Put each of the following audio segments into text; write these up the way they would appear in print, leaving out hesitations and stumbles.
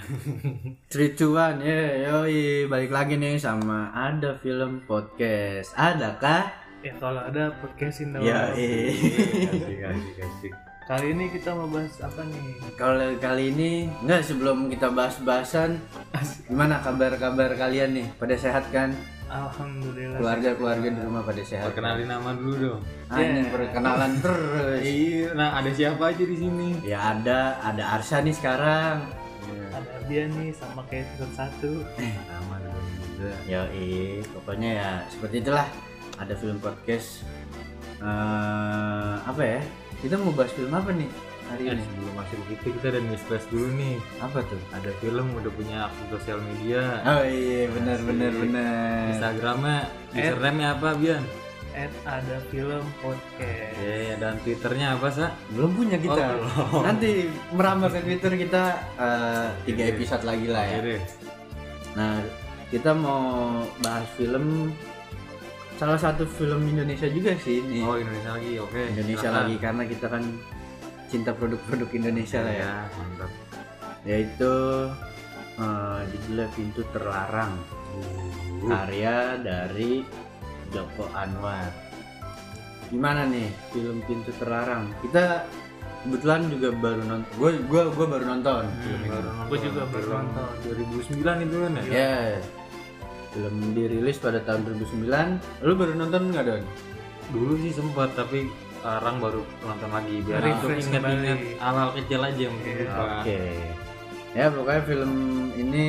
3, 2, 1, yoi, balik lagi nih sama Ada Film Podcast. Adakah? Ya kalau ada podcastin dong. Yoi. Kasih. Kali ini kita mau bahas apa nih? Kalau kali ini, enggak, sebelum kita bahas-bahasan, gimana kabar-kabar kalian nih? Pada sehat kan? Alhamdulillah. Keluarga-keluarga di rumah pada sehat. Perkenalin nama dulu dong. Anjing, perkenalan terus. Iya, nah ada siapa aja di sini? Ya ada Arsha nih sekarang. Ada dia nih sama kayak episode 1. Nama dulu juga. Yoi, pokoknya ya seperti itulah. Ada Film Podcast. Apa ya? Kita mau bahas film apa nih hari ini? Sebelum masuk itu kita ada news flash dulu nih. Apa tuh? Ada film udah punya akun sosial media. Oh iya, benar. Instagramnya, username-nya apa Bian? Ada film podcast. Ya, dan Twitternya apa Sa? Belum punya kita. Oh, belum. Nanti merambah ke Twitter kita 3 episode lagi lah ya. Oke deh. Nah, kita mau bahas film, salah satu film Indonesia juga sih ini. Oh Indonesia lagi, oke. Indonesia Silakan. lagi karena kita kan cinta produk-produk Indonesia lah ya. Ya, mantap. Yaitu judulnya Pintu Terlarang. Karya dari Joko Anwar. Gimana nih film Pintu Terlarang? Kita kebetulan juga baru nonton. Gue baru nonton film ini. Gue juga baru nonton. 2009 itu kan ya? Ya, film dirilis pada tahun 2009. Lu baru nonton nggak, Don? Dulu sih sempat, tapi sekarang baru nonton lagi biar untuk Refresh ingat-ingat kembali. hal-hal kecil aja mungkin lupa. Oke. Ya, pokoknya film ini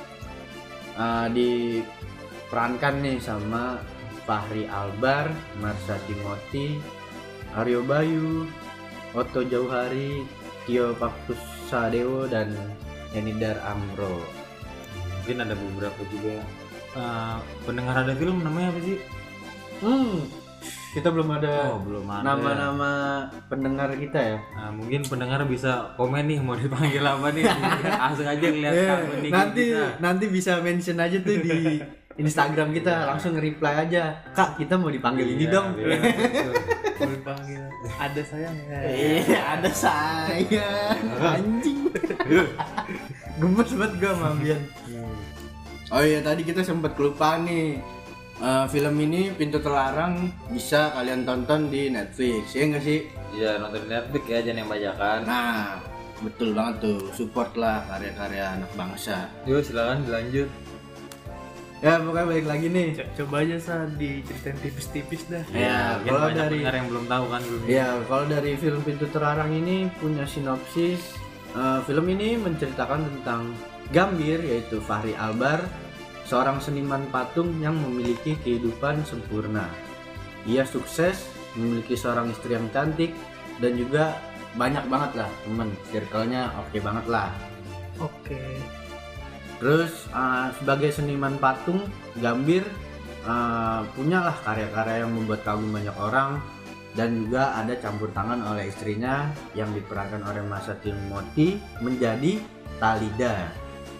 diperankan nih sama Fachri Albar, Marsha Timothy, Aryo Bayu, Otto Jauhari, Tio Pakusadewo, dan Enidar Amro. Mungkin ada beberapa juga pendengar ada film namanya apa sih? Kita belum ada Oh belum ada. nama-nama pendengar kita ya. Nah, mungkin pendengar bisa komen nih mau dipanggil apa nih. Langsung aja ngeliat akun IG kita. Nanti bisa mention aja tuh di Instagram kita, langsung nge-reply aja. Kak, kita mau dipanggil ini Iya, dong. iya, betul. Mau dipanggil. Ada sayang ya. Iya, ada saya. Anjing. Gemes banget gue sama Bian. Oh iya, tadi kita sempat kelupaan nih. Film ini Pintu Terlarang bisa kalian tonton di Netflix, ya nggak sih? Iya nonton di Netflix ya, jangan yang bajakan. Nah, betul banget tuh. Support lah karya-karya anak bangsa. Yuk silakan dilanjut. Ya, pokoknya balik lagi nih. Coba aja diceritain tipis-tipis dah. Ya, Mungkin kalau banyak dari pendengar yang belum tahu kan belum. Ya, kalau dari film Pintu Terlarang ini punya sinopsis. Film ini menceritakan tentang Gambir, yaitu Fachri Albar, seorang seniman patung yang memiliki kehidupan sempurna. Ia sukses, memiliki seorang istri yang cantik, dan juga banyak banget lah temen, circle-nya oke banget lah. Oke. Terus sebagai seniman patung, Gambir punyalah karya-karya yang membuat kagum banyak orang, dan juga ada campur tangan oleh istrinya yang diperankan oleh Marsha Timothy menjadi Talida.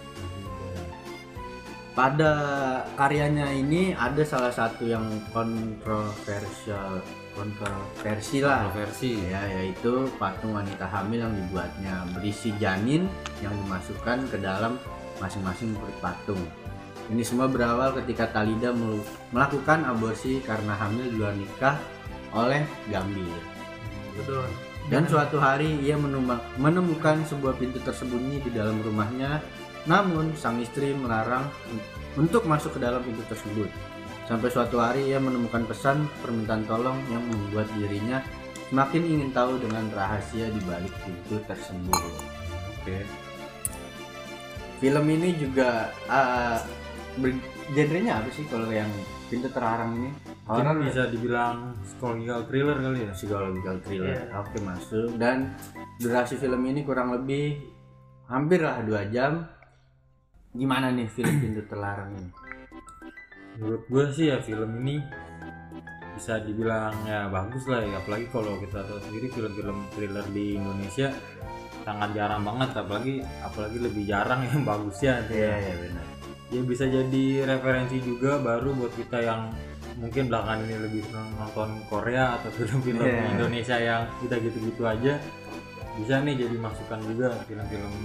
Pada karyanya ini ada salah satu yang kontroversi lah. Kontroversi. Ya, yaitu patung wanita hamil yang dibuatnya berisi janin yang dimasukkan ke dalam masing-masing perut patung. Ini semua berawal ketika Talida melakukan aborsi karena hamil di luar nikah oleh Gambir. Betul. Dan suatu hari ia menemukan sebuah pintu tersembunyi di dalam rumahnya. Namun sang istri melarang untuk masuk ke dalam pintu tersebut. Sampai suatu hari ia menemukan pesan permintaan tolong yang membuat dirinya semakin ingin tahu dengan rahasia di balik pintu tersebut. Oke. Film ini juga genrenya apa sih kalau yang Pintu Terlarang ini? Mungkin bisa dibilang psychological thriller kali ya. Psychological thriller. Iya. Oke, masuk. Dan durasi film ini kurang lebih hampir lah 2 jam. Gimana nih film Pintu Terlarang ini? Menurut gue sih ya film ini bisa dibilang ya bagus lah ya, apalagi kalau kita tahu sendiri film-film thriller di Indonesia sangat jarang banget, apalagi lebih jarang yang bagusnya. Iya, benar. Ya bisa jadi referensi juga baru buat kita yang mungkin belakangan ini lebih nonton Korea atau film-film Indonesia yang udah gitu-gitu aja. Bisa nih jadi masukan juga film-film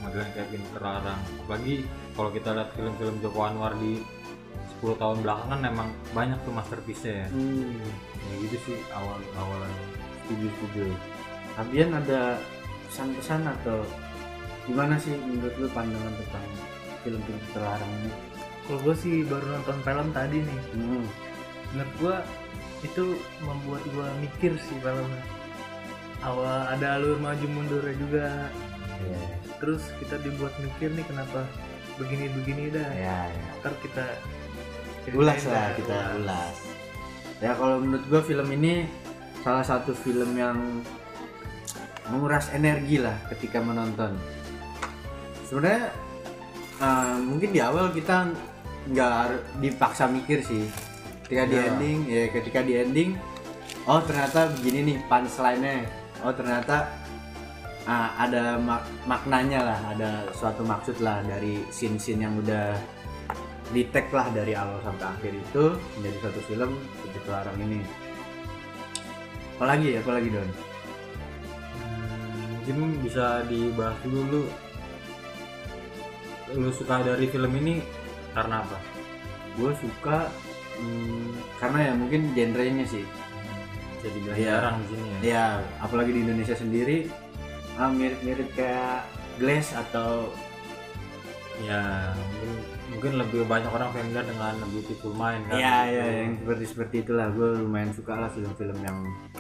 modelan kayak film terlarang. Apalagi kalau kita lihat film-film Joko Anwar di 10 tahun belakangan emang banyak tuh masterpiece-nya ya. Ya gitu sih awalannya. Setuju. Abian ada pesan-pesan atau gimana sih menurut lu pandangan tentang film-film terlarang ini? Kalau gue sih baru nonton film tadi nih. Menurut gue itu membuat gue mikir sih filmnya. Awal ada alur maju mundurnya juga. Terus kita dibuat mikir nih kenapa begini dah. Ntar kita ulas lah, kita ulas. Ya kalau menurut gua film ini salah satu film yang menguras energi lah ketika menonton. Sebenarnya mungkin di awal kita nggak dipaksa mikir sih. Ketika di ending, oh ternyata begini nih punchline-nya. Oh ternyata ada maknanya lah, ada suatu maksud lah dari scene-scene yang udah di tag lah dari awal sampai akhir itu menjadi satu film seperti Terlarang ini. Apalagi Don? Mungkin bisa dibahas dulu lu suka dari film ini karena apa? Gue suka karena ya mungkin genrenya sih. Jadi jarang di sini ya. Ya, apalagi di Indonesia sendiri mirip-mirip kayak Glass atau ya mungkin lebih banyak orang familiar dengan Beautiful Mind kan. Iya, yang seperti itulah. Gue lumayan suka lah film-film yang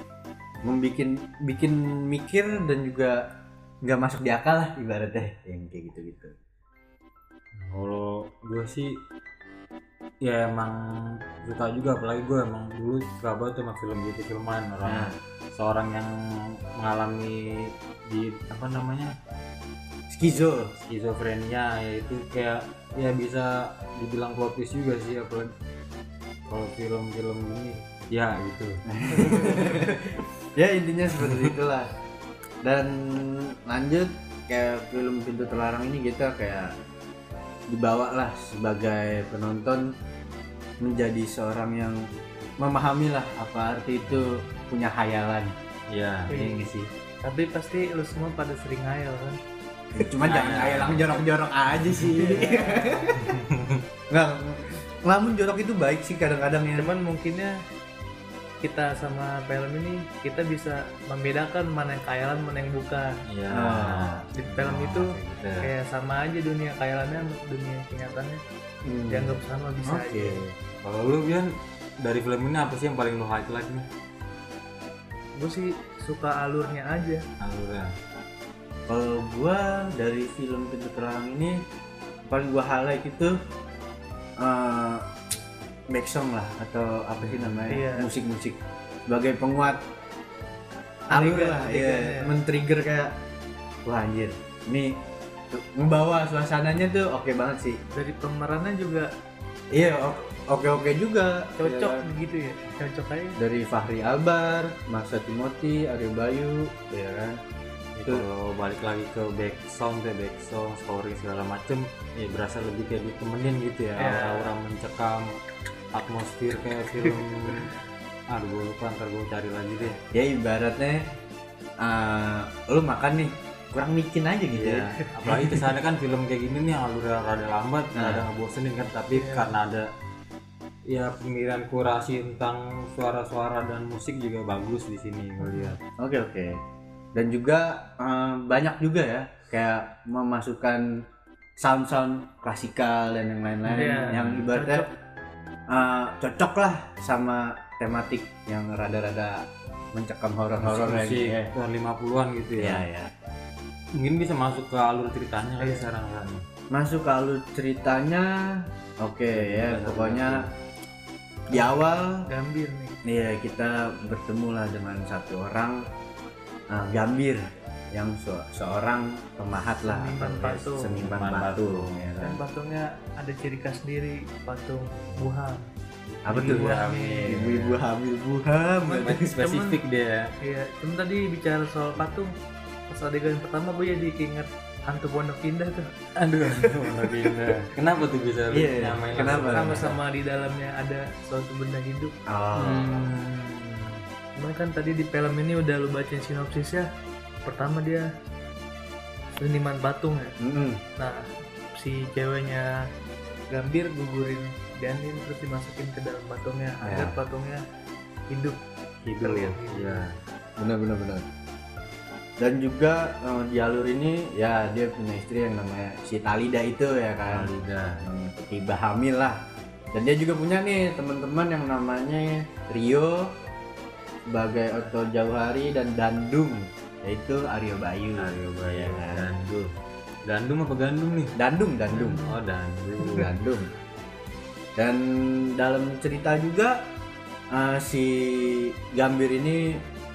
bikin mikir dan juga nggak masuk di akal lah ibaratnya, yang kayak gitu. Kalau gue sih ya emang suka juga, apalagi gue emang dulu suka banget sama film Beautiful Mind. Seorang yang mengalami di skizofrenia, yaitu kayak ya bisa dibilang plot twist juga sih, apalagi kalau film-film ini ya gitu. Ya intinya seperti itulah. Dan lanjut kayak film Pintu Terlarang ini kita kayak dibawa lah sebagai penonton menjadi seorang yang memahami lah apa arti itu punya khayalan. Iya. Ini sih. Tapi pasti lu semua pada sering ngayal kan? Cuma jangan ngayalang jorok-jorok aja sih. Nggak, ngelamun jorok itu baik sih kadang-kadang ya. Cuman mungkinnya kita sama film ini kita bisa membedakan mana yang khayalan mana yang bukan. Iya. Di film itu kayak sama aja dunia khayalannya sama dunia kenyataannya dianggap sama bisa aja. Kalau lu Bian dari film ini apa sih yang paling lu highlight nih? Gue sih suka alurnya aja. Kalau gua dari film Pintu Terlarang ini paling gua highlight itu back song lah atau apa sih namanya, musik-musik sebagai penguat alur lah, men-trigger kayak wah anjir ini membawa suasananya tuh oke banget sih. Dari pemerannya juga oke juga, cocok begitu ya, cocok aja. Dari Fahri Albar, Marsha Timothy, Aryo Bayu, ya kan. Kalau balik lagi ke back sound, story segala macem, ya berasa lebih kayak ditemenin gitu ya. Aura mencekam, atmosfer kayak film. Gue lupa, ntar gue cari lagi deh. Ya ibaratnya lu makan nih kurang micin aja gitu ya. Apalagi kesannya kan film kayak gini nih alurnya rada lambat, rada ngebosenin kan. Tapi karena ada ya pemilihan kurasi tentang suara-suara dan musik juga bagus di sini gue lihat. Oke. Dan juga banyak juga ya kayak memasukkan sound klasikal dan yang lain-lain yang ibaratnya cocok lah sama tematik yang rada-rada mencekam horor-horor ya. 50-an gitu ya. Iya. Mungkin bisa masuk ke alur ceritanya kali sekarang kan. Masuk ke alur ceritanya. Oke ya, pokoknya di awal Gambir nih. Iya, kita bertemu lah dengan satu orang Gambir yang seorang pemahat lah, seniman patung ya kan. Dan patungnya ada ciri khas sendiri, patung buham. Apa tuh? Ibu-ibu hamil buham. Spesifik dia. Iya, cuma tadi bicara soal patung, pas adegan pertama gue jadi keinget hantu Pondok Indah tuh. Aduh, Pondok Indah. Kenapa tuh bisa nyamain? Kenapa? Sama-sama di dalamnya ada suatu benda hidup. Cuman kan tadi di film ini udah lu bacain sinopsisnya. Pertama dia seniman patung ya. Mm-mm. Nah si ceweknya Gambir gugurin janin terus dimasukin ke dalam patungnya agar patungnya hidup. Hidup. Iya. Benar. Dan juga di alur ini ya dia punya istri yang namanya si Talida itu ya kan. Talida. Tiba hamil lah. Dan dia juga punya nih teman-teman yang namanya Rio sebagai Otto Jauhari dan Dandung yaitu Aryo Bayu. Ya, Dandung apa gandum nih? Dandung. Oh, Dandung. Dandung. Dan dalam cerita juga si Gambir ini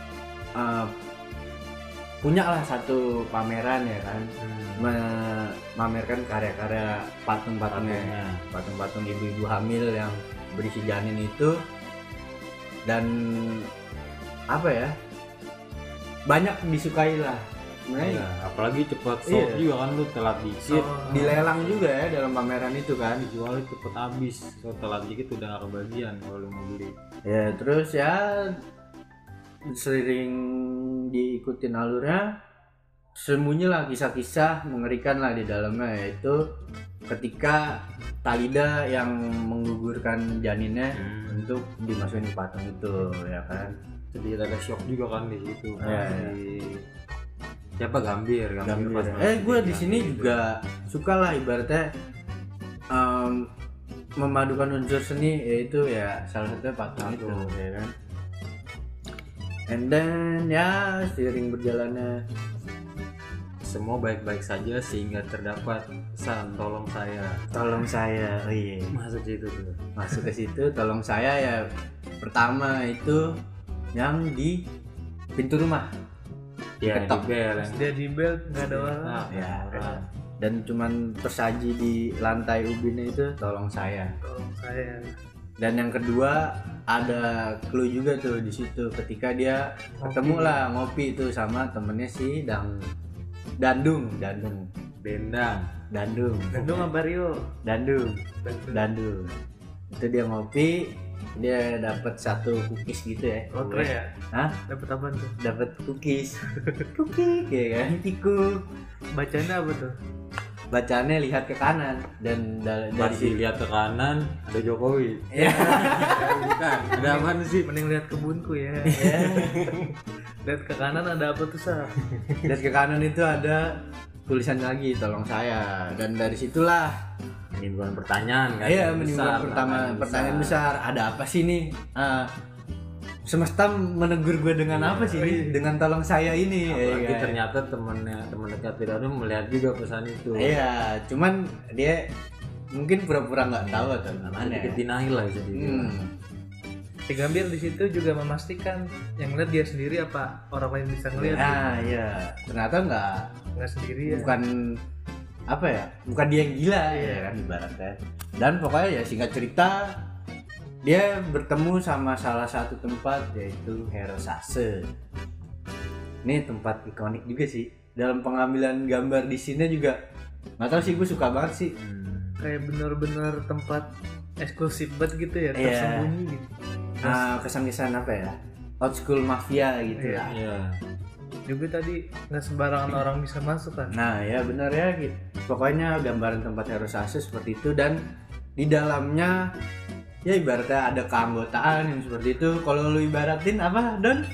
punya lah satu pameran ya kan, memamerkan karya-karya patung-patungnya, patung-patung ibu-ibu hamil yang berisi janin itu. Dan apa ya, banyak disukai lah sebenarnya. Ya, apalagi cepat sold juga kan, lu telat dikit dilelang juga ya dalam pameran itu kan, dijual cepet habis. So telat dikit udah gak kebagian kalau lu mau beli. Ya terus ya sering diikutin alurnya, sembunyilah kisah-kisah mengerikan lah di dalamnya, yaitu ketika Talida yang menggugurkan janinnya untuk dimasukin ke patung itu ya kan. Jadi ada shock juga kan di situ. Ya. Siapa Gambir pas gue di sini juga suka lah ibaratnya memadukan unsur seni, yaitu ya salah satunya patung itu ya kan. And then ya seiring berjalannya semua baik-baik saja sehingga terdapat pesan tolong saya. Oh iya, masuk ke situ tolong saya ya. Pertama itu yang di pintu rumah ya, diketok. Dia di bel nggak ada orang. Ya, dan cuman tersaji di lantai ubinnya itu tolong saya. Dan yang kedua ada clue juga tuh di situ ketika dia ketemu lah ngopi itu sama temennya si Dandung apa Rio? Dandung. Itu dia ngopi, dia dapat satu cookies gitu ya. Lotre ya? Hah? Dapat apa tuh? Dapat cookies. Cookie kayak kan, tikuk. Bacanya apa tuh? Bacanya lihat ke kanan dan dari masih lihat ke kanan ada Jokowi. Ya. Bukan, ada apa sih? Mending lihat kebunku ya. Lihat ke kanan ada apa tuh Sah? Lihat ke kanan itu ada tulisan lagi tolong saya, dan dari situlah menimbulkan pertanyaan kan. Iya, menimbulkan pertanyaan besar. Ada apa sih nih? Semesta menegur gue dengan apa sih ini? Dengan tolong saya ini. Apalagi ternyata teman dekat tidak ada melihat juga pesan itu. Iya, cuman dia mungkin pura-pura nggak tahu atau gimana. Sedikit denial lah bisa dibilang. Si Gambir di situ juga memastikan yang ngeliat dia sendiri apa orang lain bisa ngeliat. Nah, iya. Ternyata nggak sendiri ya. Bukan apa ya? Bukan dia yang gila ya kan ibaratnya. Dan pokoknya ya singkat cerita dia bertemu sama salah satu tempat yaitu Hersase. Ini tempat ikonik juga sih. Dalam pengambilan gambar di sini juga nggak tahu sih, gue suka banget sih. Kayak bener-bener tempat eksklusif banget gitu ya, tersembunyi gitu. Kesan-kesan apa ya? Old school mafia gitu ya. Iya. Juga tadi nggak sembarangan orang bisa masuk kan. Nah ya benar ya gitu. Pokoknya gambaran tempat Hersase seperti itu, dan di dalamnya ya ibaratnya ada keanggotaan yang seperti itu. Kalau lu ibaratin apa, Don?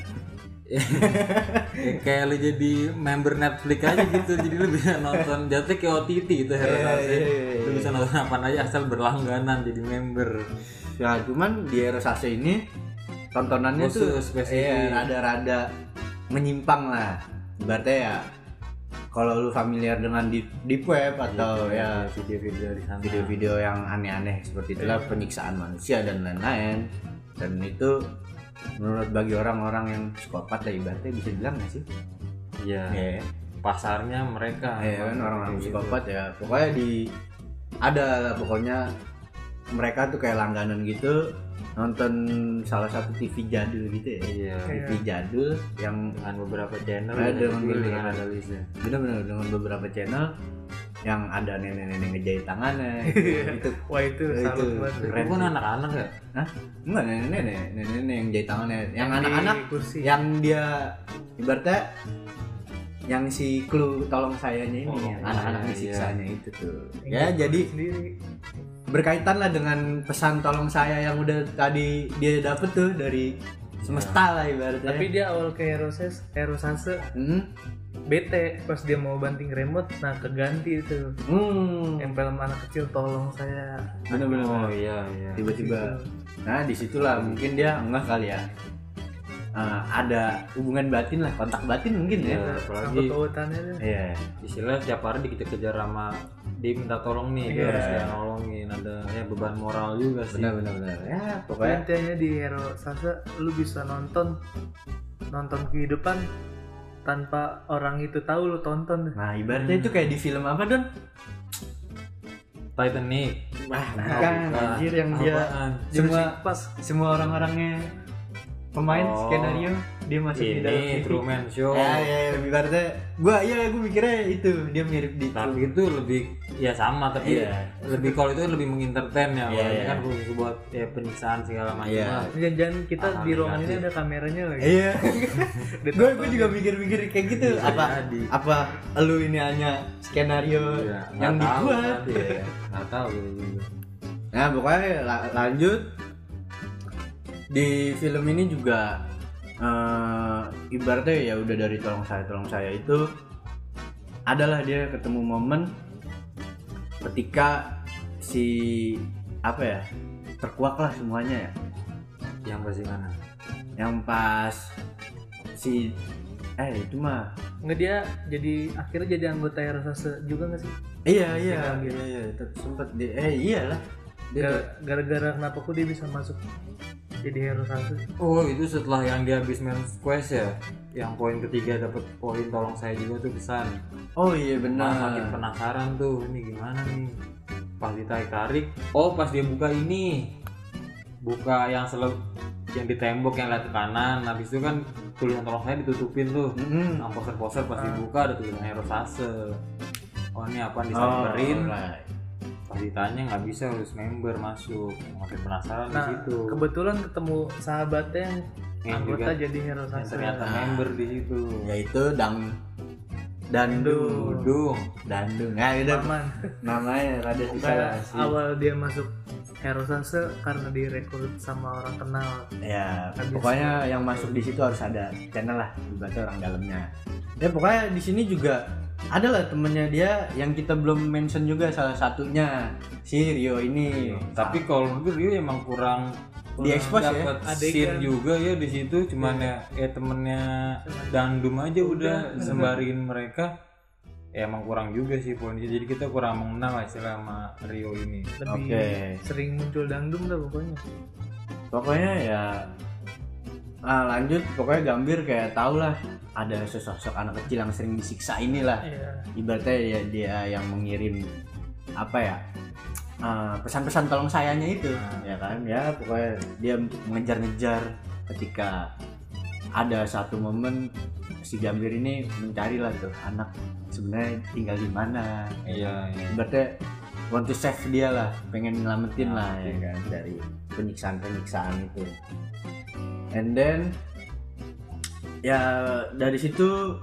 Kayak lu jadi member Netflix aja gitu. Jadi lu bisa nonton jatuh kayak OTT gitu. Lu bisa nonton apa aja asal berlangganan jadi member. Ya cuman di Hersase ini tontonannya tuh rada-rada menyimpang lah. Ibaratnya ya kalau lu familiar dengan deep web atau video-video di sana, video-video yang aneh-aneh seperti itulah, penyiksaan manusia dan lain-lain. Dan itu menurut bagi orang-orang yang psikopat lah ibaratnya, bisa bilang nggak sih? Iya. Pasarnya mereka. Iya kan, orang-orang psikopat ya. Pokoknya ada pokoknya mereka tuh kayak langganan gitu nonton salah satu TV jadul gitu ya. Iya. TV jadul yang dengan beberapa channel, dengan analisnya. Benar-benar dengan beberapa channel yang ada nenek-nenek ngejahit tangannya gitu. Wah itu salut banget. Itu kan anak-anak ya? Hah? Enggak, nenek yang jahit tangannya. Yang anak-anak kursi. yang dia ibaratnya yang si clue tolong sayanya ini, yang anak-anak disiksanya itu tuh. Ya jadi sendiri. Berkaitan lah dengan pesan tolong saya yang udah tadi dia dapet tuh dari semesta lah ibaratnya. Tapi dia awal ke Hero Sase bete pas dia mau banting remote, nah keganti itu. Yang film anak kecil tolong saya. Bener-bener. Oh iya. Tiba-tiba. Nah disitulah mungkin dia enggak kali ya. Ada hubungan batin lah, kontak batin mungkin ya. Apalagi Sangkut pautannya tuh. Iya. istilah tiap hari dikejar-kejar sama dia minta tolong nih, dia harus yang nolongin, ada ya beban moral juga sih. Benar. Ya pokoknya Intinya di Hero Sase lu bisa nonton kehidupan tanpa orang itu tahu lu tonton. nah ibaratnya itu kayak di film apa Don? Titanic. Bukan, anjir yang dia Apaan? semua orang-orangnya pemain skenario dia masuk di dalam Ini TV. Truman Show. Ya, ibaratnya gue mikirnya itu dia mirip di Tapi itu lebih ya sama, tapi Iya. lebih kalau itu lebih mengentertain ya. Iya, Kalau ini iya. kan khusus buat ya penyiksaan segala macam Iya. lah. Jangan kita Hal-hal di ruangan ini negatif. ada kameranya lagi. Iya. gue juga mikir kayak gitu. Bisa jadi. Apa lu ini hanya skenario Iya, yang nggak tahu dibuat? kan dia, ya. Nggak tahu gitu. Nah pokoknya lanjut di film ini juga ibaratnya ya udah dari tolong saya itu adalah dia ketemu momen ketika si apa ya terkuak lah semuanya ya, Yang pasti mana? yang pas si itu mah Nggak, dia jadi akhirnya jadi anggota Hero Sase juga nggak sih? iya Gambir. sempet di iyalah dia Gara-gara kenapa kok dia bisa masuk jadi Hero Sase? Oh itu setelah yang dia habis main quest ya, yang poin ketiga dapat poin tolong saya juga tuh pesan. oh iya Nah, benar makin penasaran tuh ini gimana nih. Pas ditarik, oh pas dia buka ini, buka yang yang di tembok yang lihat ke kanan, habis itu kan tulisan tolong saya ditutupin tuh. Nah, poster-poster pas dibuka ada tulisan Hero Sase. Oh ini apa disamperin? right. Pas ditanya nggak bisa, harus member masuk. Makin penasaran di Nah, situ. kebetulan ketemu sahabatnya yang anggota juga jadi Hero yang Sase. ternyata member di situ. Yaitu Dandung. Dandung. Nah, itu Paman. namanya rada susah Karena sih. awal dia masuk Hero Sase karena direkrut sama orang kenal. Ya, Habis pokoknya yang masuk di situ harus ada channel lah, dibaca orang dalamnya. Ya pokoknya di sini juga ada lah temennya dia yang kita belum mention juga, salah satunya si Rio ini. Tapi kalau menurut gue dia emang kurang Di-expose ya? dapat Adegan. scene juga ya di situ, cuman ya temennya Dandum aja udah sembarin mereka. Ya emang kurang juga sih poinnya, jadi kita kurang mengenal lah istilah sama Rio ini. Lebih Oke. sering muncul dangdum lah pokoknya. Pokoknya ya lanjut, pokoknya Gambir kayak tau lah ada sesosok anak kecil yang sering disiksa inilah. Iya. Ibaratnya ya dia yang mengirim apa ya pesan-pesan tolong sayanya itu, ya kan, ya pokoknya dia mengejar-ngejar ketika ada satu momen si Gambir ini mencari lah tuh anak sebenarnya tinggal di mana. Iya. Ibaratnya want to save dia lah, pengen nyelamatin lah ya kan dari penyiksaan itu. And then ya dari situ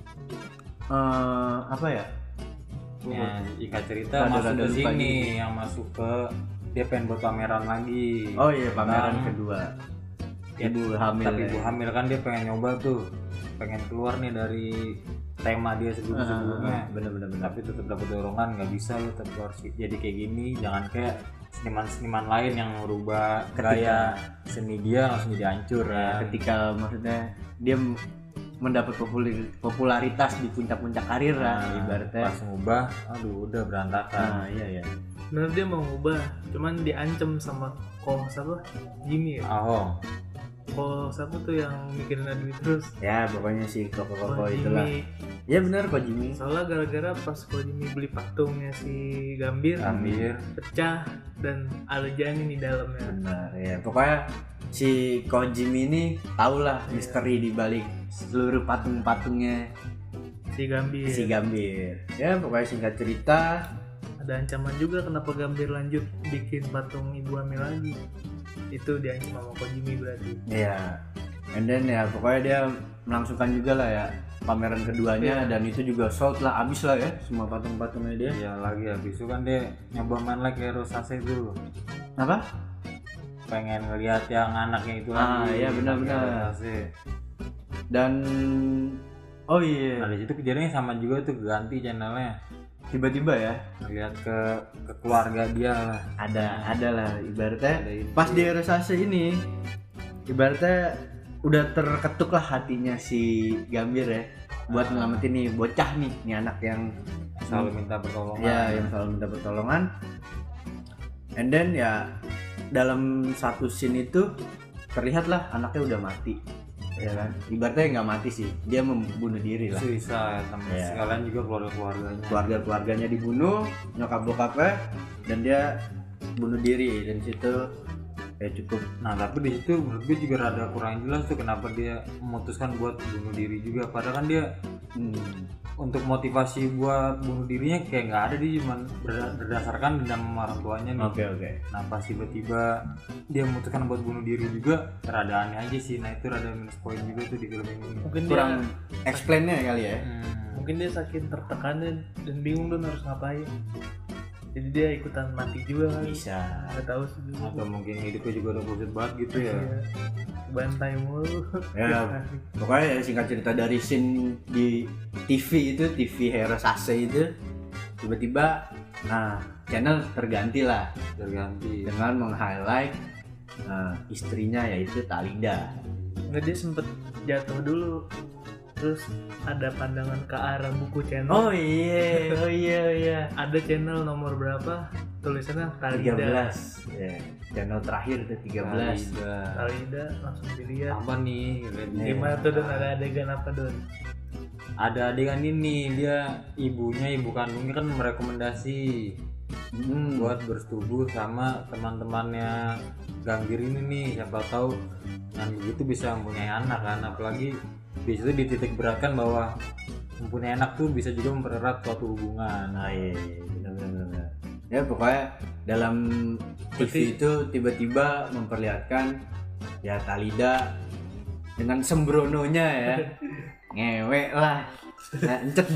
apa ya? Ya, Ika cerita masuk ke sini, yang masuk ke dia pengen buat pameran lagi. Oh iya, pameran Tentang- kedua. Ya, Ibu hamil. tapi ya. ibu hamil kan dia pengen nyoba tuh, pengen keluar nih dari tema dia sebelumnya. Bener. Tapi tetap dapat dorongan, nggak bisa lu tetap harus jadi kayak gini, jangan kayak seniman-seniman lain yang merubah gaya seni dia langsung jadi hancur ya. Ketika maksudnya dia mendapat popularitas di puncak-puncak karir lah, ibaratnya. pas ngubah, aduh udah berantakan. Nah, iya. Bener dia mau ngubah, cuman diancam sama siapa? Jimmy ya? Ahong. Siapa tuh yang mikirin duit terus? Ya, pokoknya si Koko Jimmy. itulah. Ya benar kok Jimmy. Soalnya gara-gara pas Jimmy beli patungnya si Gambir pecah dan ada janin di dalamnya. Benar ya. Pokoknya si Kojimi ini tahulah misteri di balik seluruh patung-patungnya Si Gambir. si Gambir. Ya, pokoknya singkat cerita, Ada ancaman juga kenapa Gambir lanjut bikin patung ibu hamil lagi. Itu diancam sama Jimmy berarti. ya And then ya pokoknya dia melangsungkan juga lah ya pameran keduanya, dan itu juga sold lah, abis lah ya semua patung-patungnya dia. Iya lagi habis itu kan dia nyoba main lagi Hero Sase dulu. Apa? Pengen ngeliat yang anaknya itu lagi. Iya benar-benar. Hero Sase. Dan oh iya, Nah di situ kejadiannya sama juga tuh, ganti channelnya. tiba-tiba ya Ngeliat ke keluarga dia lah. ada lah ibaratnya Ada itu. pas di Erosase ini ibaratnya udah terketuk lah hatinya si Gambir ya buat nyelamatin nih bocah nih anak yang Selalu minta pertolongan. ya yang selalu minta pertolongan. And then ya dalam satu scene itu terlihat lah anaknya udah mati ya kan, ibaratnya nggak mati sih, dia membunuh diri lah, Suicide temen Iya. sekalian juga keluarganya. keluarganya dibunuh, nyokap bokapnya, dan dia bunuh diri. Dan situ ya cukup. Nah tapi di situ menurut gue juga rada kurang jelas tuh kenapa dia memutuskan buat bunuh diri juga, padahal kan dia untuk motivasi buat bunuh dirinya kayak nggak ada, dia cuma berdasarkan dendam sama orang tuanya nih. Oke. Nah pas tiba-tiba dia memutuskan buat bunuh diri juga rada aneh aja sih. Nah itu rada minus poin juga tuh di film ini. Mungkin Kurang dia explain-nya kali ya. mungkin dia saking tertekannya dan bingung dan harus ngapain, jadi dia ikutan mati juga kan. Bisa. Nggak tahu sih juga. Atau mungkin hidupnya juga udah bullshit banget gitu ya. Iya. Bantai mulu. Ya, pokoknya ya, singkat cerita dari scene di TV itu, TV Hero Sase itu, tiba-tiba channel terganti lah Terganti. dengan meng-highlight istrinya yaitu Talida. Nggak, dia sempet jatuh dulu, terus ada pandangan ke arah buku channel. Oh iya. Ada channel nomor berapa, tulisannya Talida. 13. Ya, channel terakhir itu 13. Talida, langsung dilihat. Apa nih? Gimana tuh Don, ada adegan apa Don? Ada adegan ini, dia ibu kandungnya kan merekomendasi buat bersetubuh sama teman-temannya Gambir ini nih, siapa tahu yang begitu bisa mempunyai anak kan, apalagi di situ dititik beratkan bahwa mempunyai anak tuh bisa juga mempererat suatu hubungan. Nah iya, benar. Ya pokoknya dalam TV itu tiba-tiba memperlihatkan ya Talida dengan sembrononya ya ngewek lah, encet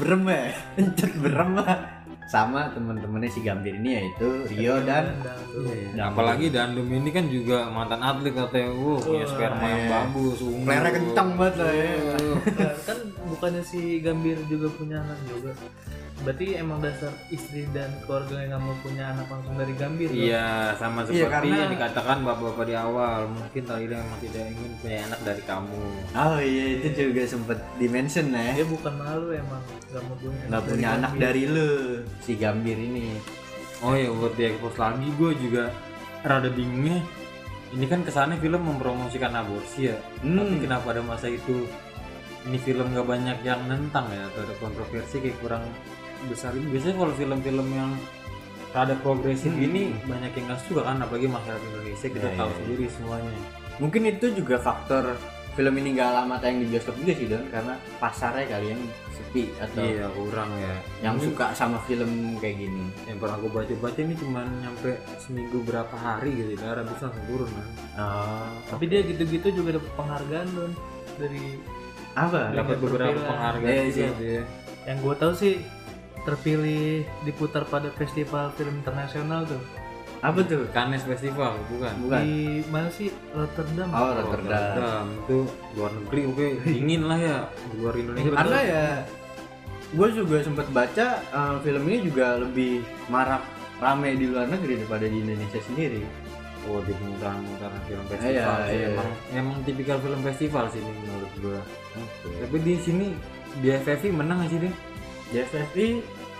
berem lah sama teman-temannya si Gambir ini yaitu Rio dan Apalagi Dandum ini kan juga mantan atlet katanya, punya sperma yang bagus, ungu. Flair-nya kencang banget lah ya. Nah, kan bukannya si Gambir juga punya anak juga, berarti emang dasar istri dan keluarga yang nggak mau punya anak langsung dari Gambir. Iya, sama Iya, seperti karena- yang dikatakan bapak-bapak di awal, mungkin Talida memang tidak ingin punya anak dari kamu. Oh iya, itu juga sempet dimention lah ya. Dia bukan malu, emang nggak mau punya Nggak punya anak Gambir. dari lu si Gambir ini. Oh ya, buat di expose lagi gue juga rada bingungnya. Ini kan kesannya film mempromosikan aborsi ya, tapi kenapa ada masa itu ini film gak banyak yang nentang ya, atau ada kontroversi kayak kurang besar. Biasanya kalau film-film yang rada progresif ini banyak yang nggak suka kan, apalagi masyarakat Indonesia kita tahu sendiri semuanya. Mungkin itu juga faktor film ini nggak lama tayang di bioskop juga sih Don, karena pasarnya kali yang sepi atau Iya kurang ya. yang suka sama film kayak gini. Yang pernah gue baca ini cuma nyampe seminggu berapa hari gitu, darah bisa langsung turun kan. Tapi dia gitu-gitu juga dapat penghargaan Don dari Apa? Dapat beberapa Perfilm. penghargaan Iya juga sih. dia. yang gue tahu sih terpilih diputar pada festival film internasional tuh. Apa tuh? Cannes Festival bukan? Bukan. Di mana sih, Rotterdam? Oh, Rotterdam. Itu luar negeri, oke dingin lah ya, luar Indonesia. Karena ya gue juga sempat baca film ini juga lebih marak rame di luar negeri daripada di Indonesia sendiri. oh di pemutaran film festival Iya, sih. iya. Emang tipikal film festival sih ini menurut gua. Tapi di sini di FFI menang nggak sih dia? JFFI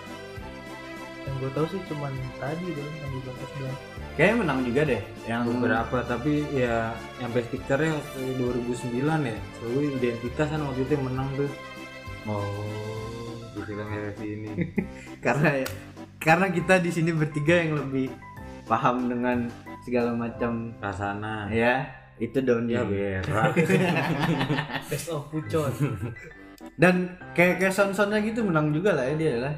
Yang gue tahu sih cuman tadi Don, yang dibahas Don. kayaknya menang juga deh. Yang Beberapa, tapi ya yang best picture-nya waktu 2009 ya, selalu identitas kan waktu itu yang menang tuh di film FFI ini. karena kita di sini bertiga yang lebih paham dengan segala macam Rasana ya itu Don ya berak. Best of Pucon. dan kayak sound-soundnya gitu menang juga lah ya dia lah.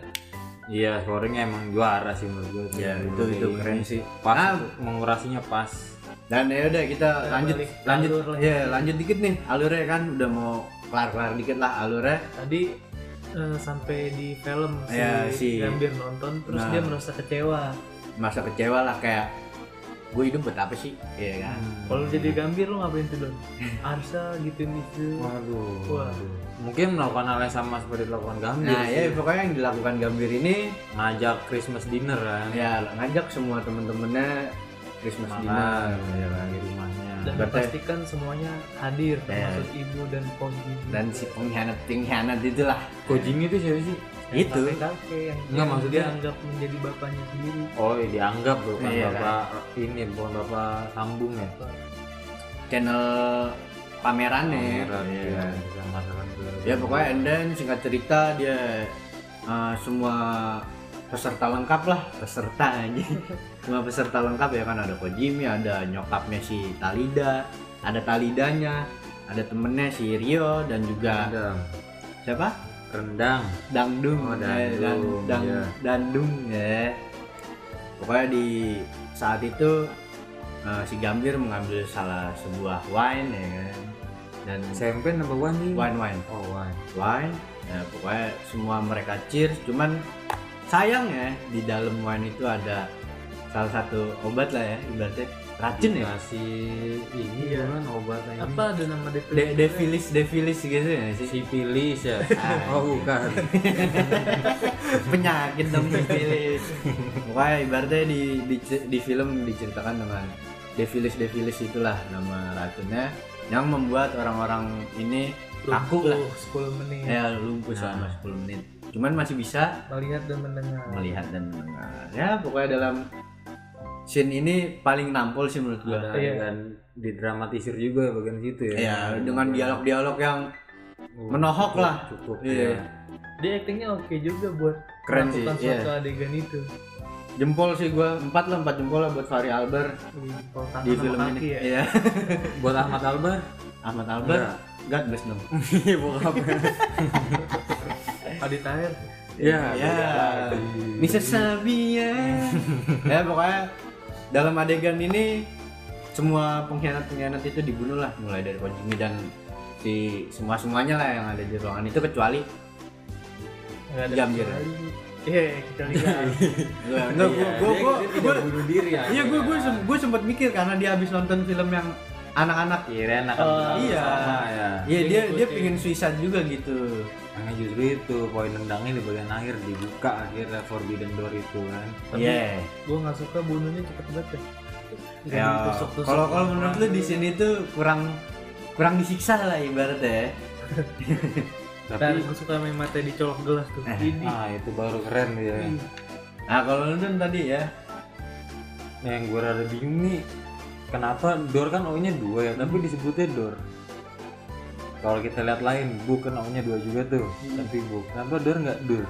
Iya, scoringnya emang juara sih menurut gue. Ya itu keren sih. Pas, mengurasinya pas. Dan ya udah kita lanjut alur lagi. ya lanjut dikit nih alurnya kan udah mau kelar dikit lah alurnya. Tadi sampai di film Ya, si- Gambir nonton terus Nah. dia merasa kecewa. Masa kecewa lah kayak gue hidup buat apa sih, iya kan? Kalau jadi Gambir lu ngapain tuh Don? Arsa gitu gitu. Waduh. Wah. Mungkin melakukan hal yang sama seperti dilakukan Gambir. Nah sih. ya pokoknya yang dilakukan Gambir ini Ngajak Christmas dinner kan. ya ngajak semua temen-temennya Christmas dinner ya kan? di rumahnya. Dan Berarti- dipastikan semuanya hadir Ya. termasuk ibu dan Koji. Dan si pengkhianat itulah Kojimi itu siapa sih? itu. kakek yang Enggak, maksudnya- dianggap menjadi bapaknya sendiri. Oh, dianggap bukan Iya, bapak ini, bukan bapak sambung ya. channel pamerannya. Pameran, Iya. iya, bisa masakan ke. Ya pokoknya and then singkat cerita dia semua peserta lengkap lah, peserta aja. Semua peserta lengkap ya kan, ada Kojimi, ada nyokapnya si Talida, ada Talidanya, ada temennya si Rio dan juga Rendang. siapa? Rendang. Dangdung. Oh, Dangdung, iya. Dandung ya. Pokoknya di saat itu si Gambir mengambil salah sebuah wine ya kan. Dan Champagne apa wine nih? wine. Oh, wine. Wine. Ya, pokoknya semua mereka cheers, cuman sayangnya di dalam wine itu ada salah satu obat lah ya, ibaratnya racun ya. Kasih ini Iya. kan obatnya ini. Apa ada nama definisi? Defilis gitu ya sih. Sipilis ya. Oh, bukan. Penyakit dong defilis. Pokoknya ibaratnya di film diceritakan dengan defilis itulah nama racunnya yang membuat orang-orang ini kaku lah. 10 menit. Ya lumpuh selama 10 menit. Cuman masih bisa Melihat dan mendengar. melihat dan mendengar. Ya pokoknya dalam scene ini paling nampol sih menurut gua. Ada Iya. dan didramatisir juga bagian situ ya. Ya dengan dialog-dialog yang menohok lah. Cukup. Iya. Ya. Dia actingnya oke juga buat Keren sih, melakukan iya. suatu adegan itu. Jempol sih gua 4 jempol lah buat Fahri Albar Kalau tangan di sama film kaki ini. ya. Iya. Buat Ahmad Albar. Ahmad Albar, Enggak. God bless dong. Iya, bokapnya. Adi Tahir. Iya. Ya, Mrs. Sabia. Ya pokoknya dalam adegan ini semua pengkhianat itu dibunuh lah, mulai dari Kojimi dan si semuanya lah yang ada di ruangan itu kecuali Enggak ada Gambir. kecuali. Iya, kita lihat. enggak gua bunuh diri ya. iya gua sempat mikir karena dia habis nonton film yang anak-anak. Kirain akan Oh, bersama iya. ya. Iya dia ngikutin. pingin suicide juga gitu. Nah, justru itu poin nendangnya di bagian akhir dibuka akhirnya forbidden door itu kan. Tapi Iya. gua nggak suka bunuhnya cepet banget ya. Nggak Ya, ditusuk-tusuk kalau orang. menurut lu di sini tuh kurang disiksa lah ibaratnya. Dan Tapi gue suka main mata dicolok gelas tuh. Ini. itu baru keren ya. Nah kalau lu Dun tadi ya, Yang gue rada bingung nih, kenapa door kan O-nya 2 ya, tapi disebutnya door. Kalau kita lihat lain, book kan O-nya 2 juga tuh, tapi book. Kenapa door nggak dur?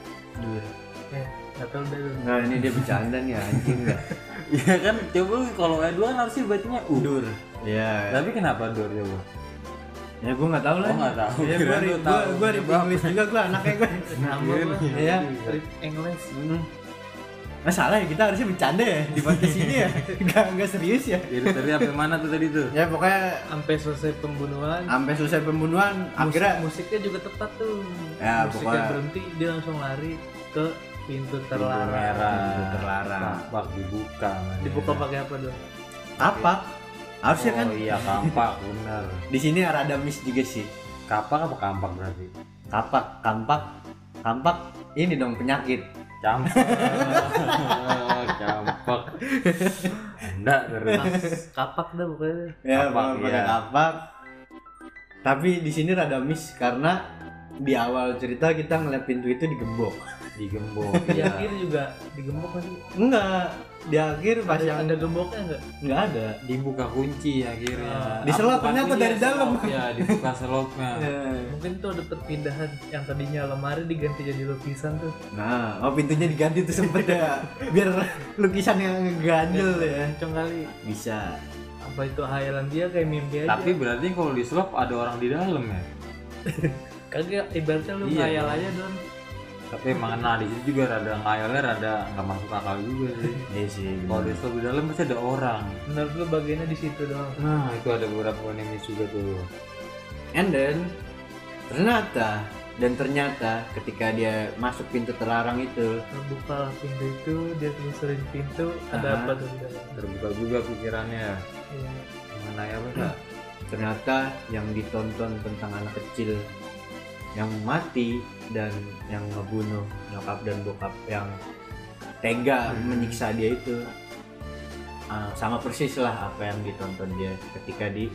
Nggak tahu deh. nah ini dia bercanda nih anjing nggak? Iya kan, coba kalau E2 kan harusnya bacanya U. Dur. Iya. Tapi kenapa door coba? Ya gue nggak tahu lah. Oh, nggak tahu. Ya Kirain lu tahu. gue di English juga gue anaknya gue. Nama gua Iya. Rip English. Masalah ya kita harusnya bercanda ya di podcast ini ya. Nggak serius ya. Jadi tadi apa mana tuh tadi tuh? Ya pokoknya Sampai selesai pembunuhan. sampai selesai pembunuhan akhirnya Musiknya juga tepat tuh. Ya, Musiknya pokoknya- berhenti dia langsung lari ke pintu Pintu terlarang. merah. Pintu terlarang. Kampak dibuka. man. Dibuka pakai apa dong? kapak. Harusnya kan Oh iya kampak bener. di sini ada miss juga sih. Kapak apa kampak berarti? Kampak ini dong penyakit. Campak. Campak. Enggak terus. Kapak dah pokoknya. Ya Kapak, pakai iya. kapak. Tapi di sini rada miss karena di awal cerita kita ngeliat pintu itu digembok. Digembok. Di Iya. akhir juga digembok kan? Enggak, di akhir pas yang Ada gemboknya enggak? enggak ada. Dibuka kunci akhirnya. Diselop Bukan ternyata kunci, dari dalam. selop, ya dibuka selopnya. Mungkin tuh ada perpindahan yang tadinya lemari diganti jadi lukisan tuh. Nah, pintunya diganti tuh sempet ya. Biar lukisan yang ngeganjel ya. Kenceng kali. Bisa. Apa itu hayalan dia kayak mimpi aja. Tapi berarti kalau diselop ada orang di dalam ya? kagak ibaratnya lu Iya. ngayal aja Don. Tapi emang nah di situ juga rada ngayalnya rada nggak masuk akal juga sih. Iya sih. Kalau di di dalam pasti ada orang. Menurut lu bagiannya di situ doang. Nah itu ada beberapa enemies juga tuh. And then ternyata ketika dia masuk pintu terlarang itu, Terbuka pintu itu, dia telusurin pintu, ada apa tuh di dalam? Terbuka juga pikirannya. Iya. Mana ya Pak? ternyata yang ditonton tentang anak kecil yang mati dan yang ngebunuh nyokap dan bokap yang tega menyiksa dia itu sama persis lah apa yang ditonton dia ketika di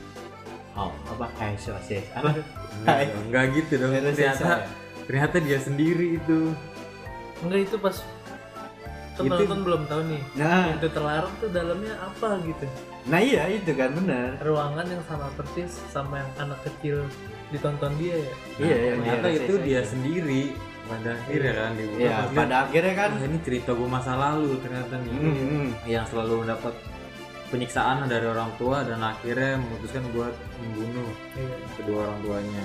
Enggak gitu dong. Ternyata dia sendiri itu. Enggak, itu pas penonton belum tahu nih. Nah, Pintu terlarang tuh dalamnya apa gitu. nah iya itu kan benar. Ruangan yang sama persis sama yang anak kecil ditonton dia ya. Iya, yang ternyata dia itu rasain. dia sendiri pada akhirnya kan dibuka. Iya, Pas pada akhirnya kan lihat, ini cerita gue masa lalu ternyata nih yang selalu mendapat penyiksaan dari orang tua dan akhirnya memutuskan buat membunuh Iya. kedua orang tuanya.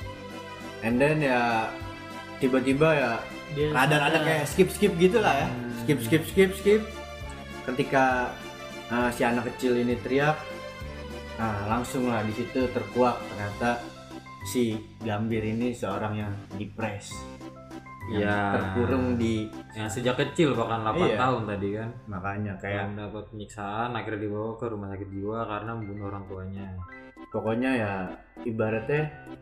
and then ya tiba-tiba ya Dia rada-rada kayak skip gitu lah ya. Skip ketika si anak kecil ini teriak, langsung lah di situ terkuak ternyata si Gambir ini seorang yang depres, yang Iya. terkurung di Yang sejak kecil bahkan 8 Iya. tahun tadi kan. makanya Kayak kayak mendapat penyiksaan akhirnya dibawa ke rumah sakit jiwa karena membunuh orang tuanya. pokoknya ya ibaratnya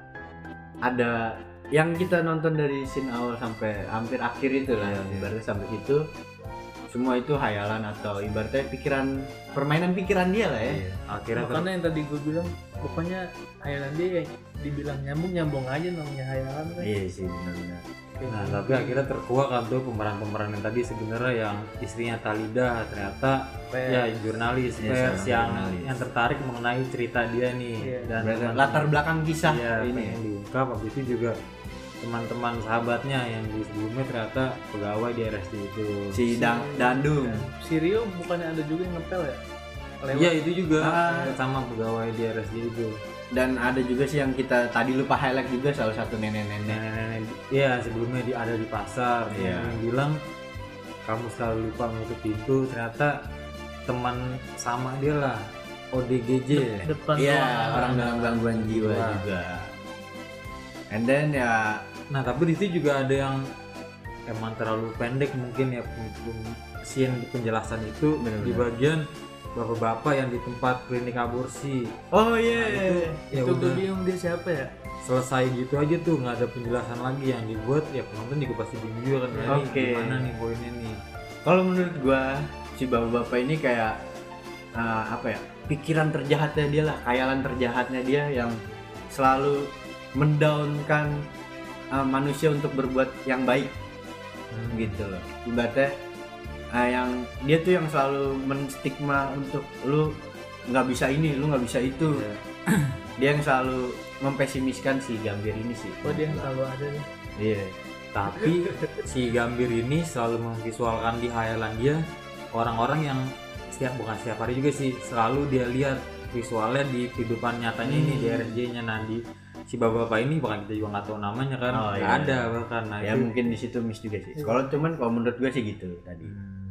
ada yang kita nonton dari scene awal sampai hampir akhir itu lah, ibaratnya sampai situ semua itu hayalan atau ibaratnya permainan pikiran dia lah ya. Iya. Akhirnya makanya yang tadi gue bilang pokoknya hayalan dia yang dibilang nyambung aja namanya hayalan kan. Iya sih benar-benar. Nah, tapi akhirnya terkuak kan tuh pemeran-pemeran yang tadi sebenarnya yang istrinya Talida ternyata ya jurnalis Iya, pers seorang yang jurnalis. yang tertarik mengenai cerita dia nih. Iya. Dan Berarti latar belakang kisah iya, ini. pengen diungkap. Habis itu juga teman-teman sahabatnya yang di sebelumnya ternyata pegawai di RSD itu. Si Dandung. Si Rio bukannya ada juga yang ngepel ya? Lewat. Iya itu juga Ah. sama pegawai di RSD itu. Dan ada juga sih yang kita tadi lupa highlight juga salah satu nenek-nenek. Nenek-nenek, iya sebelumnya ada di pasar. Iya. Yang bilang kamu selalu lupa menutup pintu. Ternyata teman sama dia lah, ODGJ. Depan Iya, ruangan. orang dalam gangguan jiwa Jiwa. juga. And then ya Nah tapi di situ juga ada yang emang terlalu pendek mungkin ya scene di penjelasan itu. Bener-bener. Di bagian bapak-bapak yang di tempat klinik aborsi. oh iya. Ya Itu gue udah bingung dia siapa ya? selesai gitu aja tuh, nggak ada penjelasan lagi yang dibuat ya penonton juga pasti bingung juga kan. Ini Oke. gimana nih poinnya nih. Kalau menurut gua si bapak-bapak ini kayak apa ya? Pikiran terjahatnya dia lah, khayalan terjahatnya dia yang selalu mendaunkan manusia untuk berbuat yang baik gitu loh. Ibaratnya yang dia tuh yang selalu menstigma untuk lu nggak bisa ini, lu nggak bisa itu. Iya. Dia yang selalu mempesimiskan si Gambir ini sih. Oh dia yang selalu ada nih. Iya. Tapi si Gambir ini selalu memvisualkan di hayalan dia orang-orang yang bukan setiap hari juga sih, selalu dia lihat visualnya di kehidupan nyatanya ini di RSJ-nya. Nah di si bapak-bapak ini bahkan kita juga nggak tahu namanya kan, Oh, nggak iya. ada bahkan. Nah, Ya itu mungkin di situ miss juga sih. Kalau menurut gue sih gitu tadi.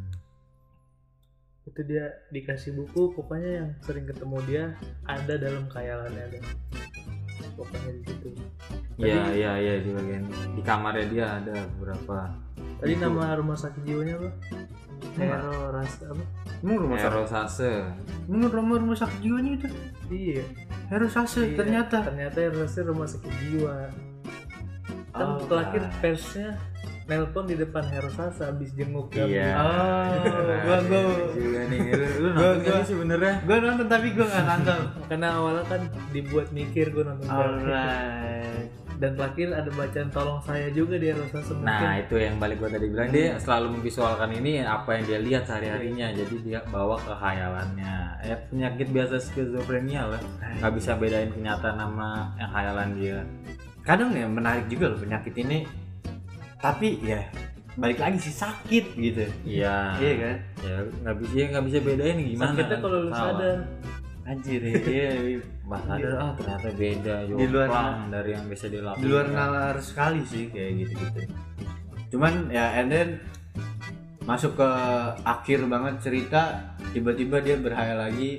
Itu dia dikasih buku, pokoknya yang sering ketemu dia ada dalam khayalannya ada. Pokoknya di situ. Iya di bagian di kamarnya dia ada beberapa. Tadi Itu. nama rumah sakit jiwanya apa? Hero Rasa apa? Emang Erosase. rumah sakit jiwanya itu Iya. Herosase Iya. ternyata. Ternyata Hero Rasa rumah sakit jiwa. Kan Oh, terakhir nah. persnya nelpon di depan Hero Sasa habis jenguk Iya. Oh, gua juga nih. Lu nonton nggak sih sebenarnya? gue nonton tapi gue nggak nonton. Karena awalnya kan dibuat mikir gue nonton film. Alright. Dan terakhir ada bacaan tolong saya juga di Hero Sasa mungkin. Nah itu yang balik gua tadi bilang, dia selalu memvisualkan ini apa yang dia lihat sehari-harinya, jadi dia bawa ke khayalannya. Ya penyakit biasa skizofrenia lah, nggak bisa bedain kenyataan sama yang khayalan dia. Kadang ya menarik juga loh penyakit ini. Tapi ya balik lagi sih sakit gitu. Iya. Iya kan? Ya nggak bisa bedain gimana. Sakitnya kalau lu Salah. sadar. Anjir ya. Iya. Bah sadar ternyata beda Di luar jomplang dari yang bisa dilakukan. Di luar nalar sekali sih kayak gitu-gitu. Cuman ya and then masuk ke akhir banget cerita, tiba-tiba dia berhayal lagi,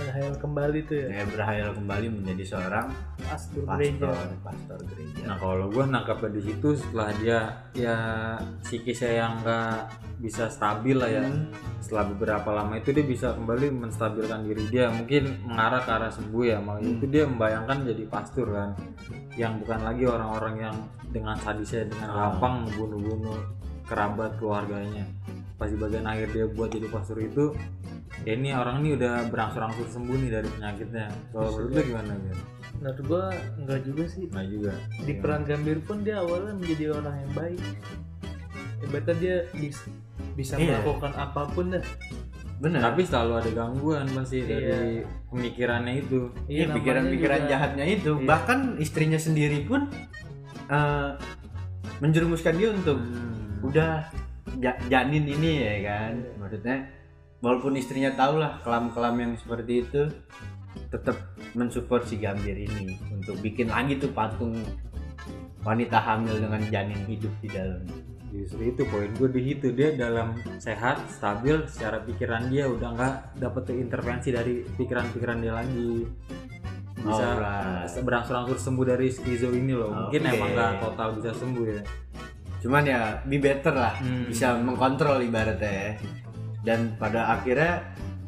berhayal kembali menjadi seorang pastor gereja. Nah kalau gue nangkapnya di situ setelah dia ya psikisnya yang nggak bisa stabil lah ya, setelah beberapa lama itu dia bisa kembali menstabilkan diri dia, mungkin mengarah ke arah sembuh ya, malah itu dia membayangkan jadi pastor kan, yang bukan lagi orang-orang yang dengan sadisnya dengan lapang membunuh kerabat keluarganya. Pas di bagian akhir dia buat jadi pastor itu, ya ini orang ini udah berangsur-angsur sembuh nih dari penyakitnya. Kalau menurut lu gimana kan? Menurut gua enggak juga sih. Enggak juga. Di peran Gambir pun dia awalnya menjadi orang yang baik. Ibaratnya dia bisa melakukan apapun dah. Benar. Tapi selalu ada gangguan pasti dari pemikirannya itu. Iya, pikiran-pikiran jahatnya itu. Iya. Bahkan istrinya sendiri pun menjerumuskan dia untuk udah janin ini ya kan. Maksudnya walaupun istrinya tahu lah kelam-kelam yang seperti itu, tetap mensupport si Gambir ini untuk bikin lagi tuh patung wanita hamil dengan janin hidup di dalam. Justru itu poin gue di situ, dia dalam sehat, stabil secara pikiran, dia udah nggak dapet intervensi dari pikiran-pikiran dia lagi, bisa berangsur-angsur sembuh dari skizo ini loh. Mungkin emang nggak total bisa sembuh ya, cuman ya be better lah, bisa mengkontrol ibaratnya ya. Dan pada akhirnya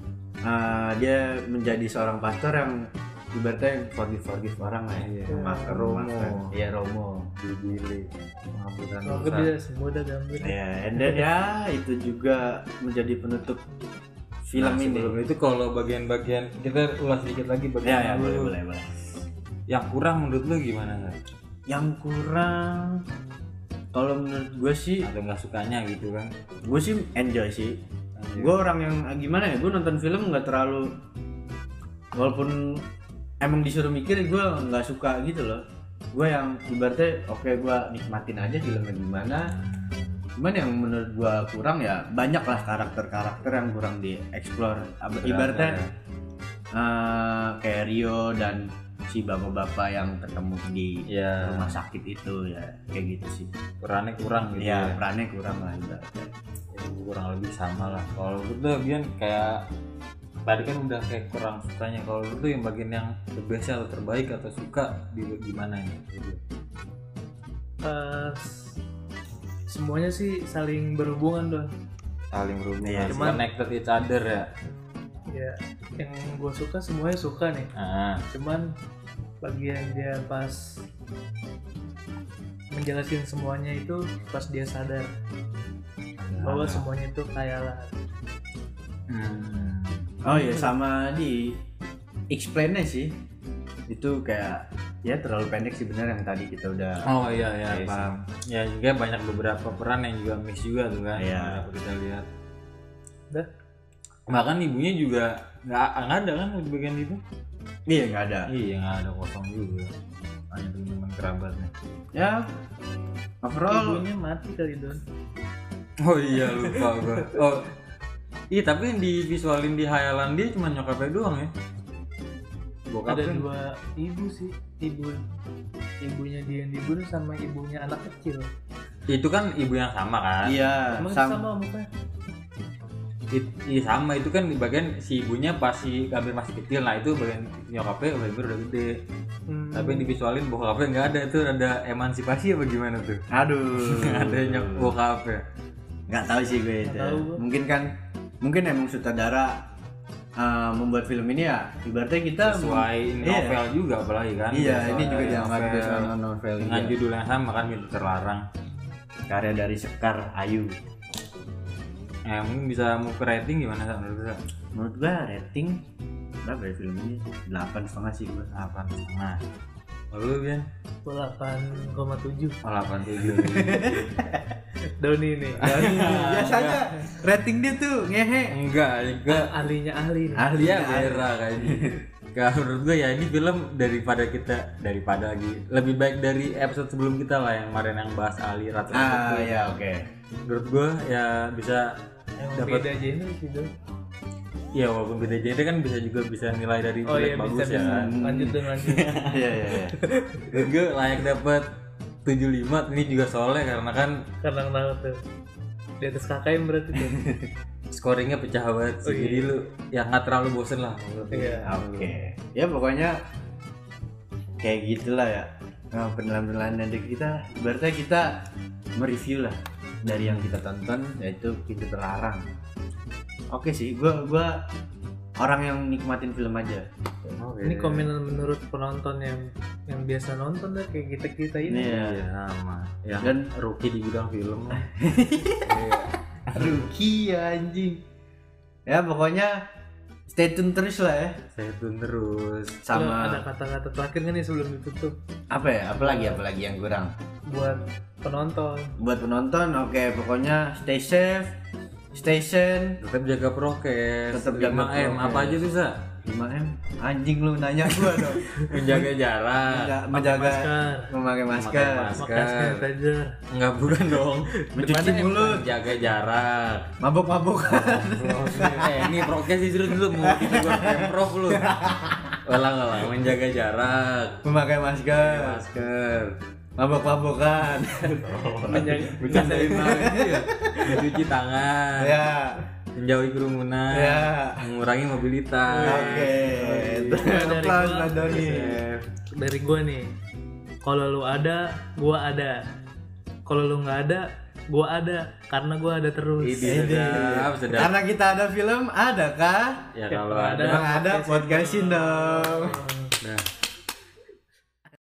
dia menjadi seorang pastor yang ibaratnya forgive orang lah ya. Romo. Iya, Romo. Dibili mengampuni dosa. Dia semua udah Gambir. Ya, and then ya itu juga menjadi penutup film ini. Sebelum itu kalau bagian-bagian kita ulas sedikit lagi bagian boleh. Yang kurang menurut lu gimana kan? Yang kurang kalau menurut gue sih ada nggak sukanya gitu kan? Gue sih enjoy sih. Gue orang yang gimana ya, gue nonton film nggak terlalu, walaupun emang disuruh mikir gue nggak suka gitu loh. Gue yang ibaratnya gue nikmatin aja filmnya gimana. Cuman yang menurut gue kurang ya banyak lah karakter-karakter yang kurang dieksplor. Ibaratnya kayak Rio dan si bapak-bapak yang ketemu di rumah sakit itu ya, kayak gitu sih. Perannya kurang gitu ya. Perannya kurang lah ibaratnya. Kurang lebih sama lah. Kalau itu bagian kayak tadi kan udah kayak kurang sukanya. Kalau itu yang bagian yang the best atau terbaik atau suka di gimana ini? Semuanya sih saling berhubungan dong. Saling berhubungan. Ya, connected each other ya. Ya, yang gue suka semuanya suka nih. Cuman bagian dia pas menjelaskan semuanya itu pas dia sadar bahwa semuanya itu khayalan. Oh iya, sama di explain-nya sih itu kayak ya terlalu pendek sih benar yang tadi kita udah. Oh iya paham. Ya juga banyak beberapa peran yang juga miss juga tuh kan. Iya. Kita lihat. Bahkan ibunya juga nggak ada kan di bagian itu. Iya nggak ada, kosong juga. Hanya teman kerabatnya. Ya overall ibunya mati kali Don. Oh iya lupa gue. Oh iya, tapi yang divisualin di hayalan dia cuma nyokapnya doang ya. Ada dua ibu sih, ibunya dia yang dibunuh sama ibunya anak kecil. Itu kan ibu yang sama kan? Iya. Sama bukan? Iya sama, itu kan di bagian si ibunya pas si Gambir masih kecil, nah itu bagian nyokapnya udah gede. Tapi yang divisualin bokapnya nggak ada, itu ada emansipasi apa gimana tuh? Aduh. Ada bokapnya. Nggak tahu sih gue itu. Mungkin emang sutradara membuat film ini ya ibaratnya kita sesuai novel juga apalagi kan. Iya, ini juga dianggap sesuai novel dengan judul yang sama kan, Mimpi Terlarang, karya dari Sekar Ayu. Mungkin bisa mau ke rating gimana menurut gue? Menurut gue rating berapa ya film ini? 8,5 sih gue. 8,5. Lalu Bian? 8,7. 8,7. Doni nih. Biasanya rating dia tuh ngehe. Enggak. Ahlinya ahli nih. Ahli ya Vera kayaknya. Kalau menurut gue ya ini film daripada lagi lebih baik dari episode sebelum kita lah yang kemarin yang bahas ahli rata-rata. Ya oke. Menurut gue ya bisa dapat beda genre sih Don. Iya, walaupun beda genre kan bisa nilai dari jelek bagus bisa. Ya kan. Lanjut. Iya. Menurut gue layak dapat 75 ini juga soalnya karena kan Karena kenapa tuh? Di atas KKM berarti tuh. scoringnya pecah banget sih. Oh, iya. Jadi lu ya nggak terlalu bosen lah. Iya. Oke. Ya pokoknya kayak gitulah ya. Nah, penilaian dari kita, berarti kita mereview lah dari yang kita tonton, yaitu Pintu Terlarang. Oke sih, gua orang yang nikmatin film aja. Oke. Ini komenan menurut penonton yang biasa nonton dah kayak kita ini. Iya. Iya sama. Yang Dan rookie di bidang film lah. Ruki ya anjing. Ya pokoknya stay tune terus lah ya. Saya tune terus. Lo Sama ada kata-kata terakhir nggak nih sebelum ditutup apa ya? Apalagi yang kurang. buat penonton? Buat penonton, oke, pokoknya stay safe, stay sane, Tetap jaga prokes. Tetap jaga 5M prokes. apa aja tuh Sa? 5M. Anjing lu nanya gua dong. Menjaga jarak. Menjaga Masker, memakai masker, Memakai pakai sanitizer, Enggak bukan dong. mencuci mulut, Jaga jarak. mabuk-mabuk. Ini prokes sih dulu mau gitu gua pemprov lu. Ulang menjaga jarak. Memakai masker, Masker. mabuk-mabukan. Bercandain lagi ya. Mencuci tangan. Ya. Menjauhi kerumunan. Ya. Mengurangi mobilitas. Oke. Dari Pelan gua. Mas Doni. dari gua nih. Kalau lu ada, gua ada. Kalau lu nggak ada, gua ada. Karena gua ada terus. Sedap. Karena kita ada film, adakah? Ya kalau Ada. ada. Emang ada, podcastin dong. Nah.